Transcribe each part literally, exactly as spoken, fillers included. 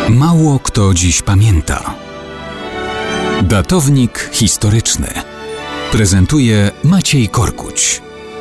Mało kto dziś pamięta. Datownik historyczny prezentuje Maciej Korkuć.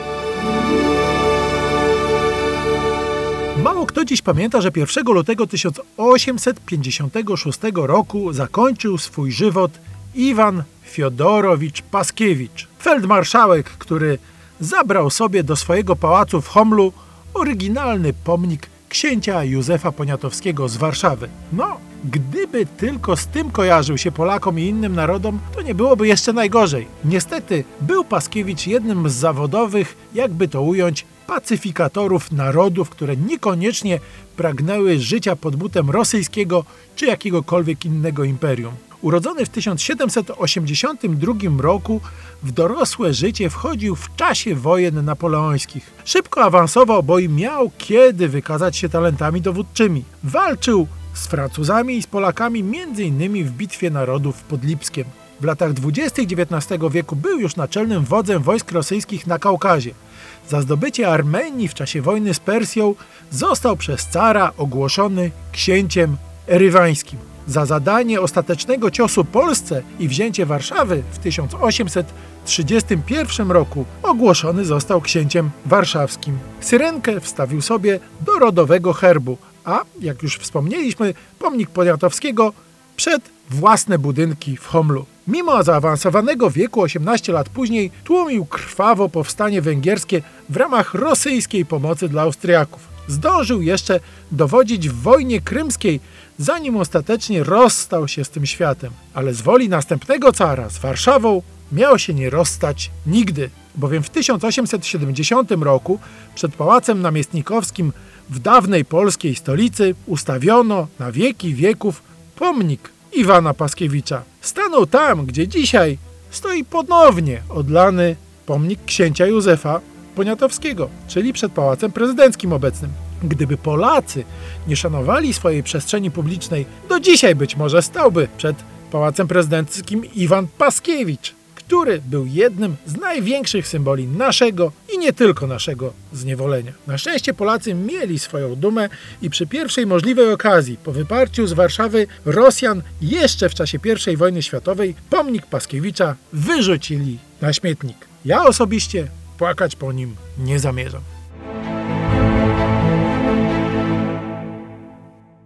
Mało kto dziś pamięta, że pierwszego lutego tysiąc osiemset pięćdziesiątego szóstego roku zakończył swój żywot Iwan Fiodorowicz Paskiewicz, feldmarszałek, który zabrał sobie do swojego pałacu w Homlu oryginalny pomnik księcia Józefa Poniatowskiego z Warszawy. No, gdyby tylko z tym kojarzył się Polakom i innym narodom, to nie byłoby jeszcze najgorzej. Niestety, był Paskiewicz jednym z zawodowych, jakby to ująć, pacyfikatorów narodów, które niekoniecznie pragnęły życia pod butem rosyjskiego czy jakiegokolwiek innego imperium. Urodzony w tysiąc siedemset osiemdziesiątym drugim roku, w dorosłe życie wchodził w czasie wojen napoleońskich. Szybko awansował, bo i miał kiedy wykazać się talentami dowódczymi. Walczył z Francuzami i z Polakami między innymi w Bitwie Narodów pod Lipskiem. W latach dwudziestych dziewiętnastego wieku był już naczelnym wodzem wojsk rosyjskich na Kaukazie. Za zdobycie Armenii w czasie wojny z Persją został przez cara ogłoszony księciem erywańskim. Za zadanie ostatecznego ciosu Polsce i wzięcie Warszawy w tysiąc osiemset trzydziestym pierwszym roku ogłoszony został księciem warszawskim. Syrenkę wstawił sobie do rodowego herbu, a, jak już wspomnieliśmy, pomnik Poniatowskiego przed własne budynki w Homlu. Mimo zaawansowanego wieku, osiemnaście lat później, tłumił krwawo powstanie węgierskie w ramach rosyjskiej pomocy dla Austriaków. Zdążył jeszcze dowodzić w wojnie krymskiej, zanim ostatecznie rozstał się z tym światem. Ale z woli następnego cara z Warszawą miał się nie rozstać nigdy, bowiem w tysiąc osiemset siedemdziesiątym roku przed Pałacem Namiestnikowskim w dawnej polskiej stolicy ustawiono na wieki wieków pomnik Iwana Paskiewicza. Stanął tam, gdzie dzisiaj stoi ponownie odlany pomnik księcia Józefa Poniatowskiego, czyli przed Pałacem Prezydenckim obecnym. Gdyby Polacy nie szanowali swojej przestrzeni publicznej, do dzisiaj być może stałby przed Pałacem Prezydenckim Iwan Paskiewicz, który był jednym z największych symboli naszego i nie tylko naszego zniewolenia. Na szczęście Polacy mieli swoją dumę i przy pierwszej możliwej okazji, po wyparciu z Warszawy Rosjan jeszcze w czasie pierwszej wojny światowej, pomnik Paskiewicza wyrzucili na śmietnik. Ja osobiście płakać po nim nie zamierzam.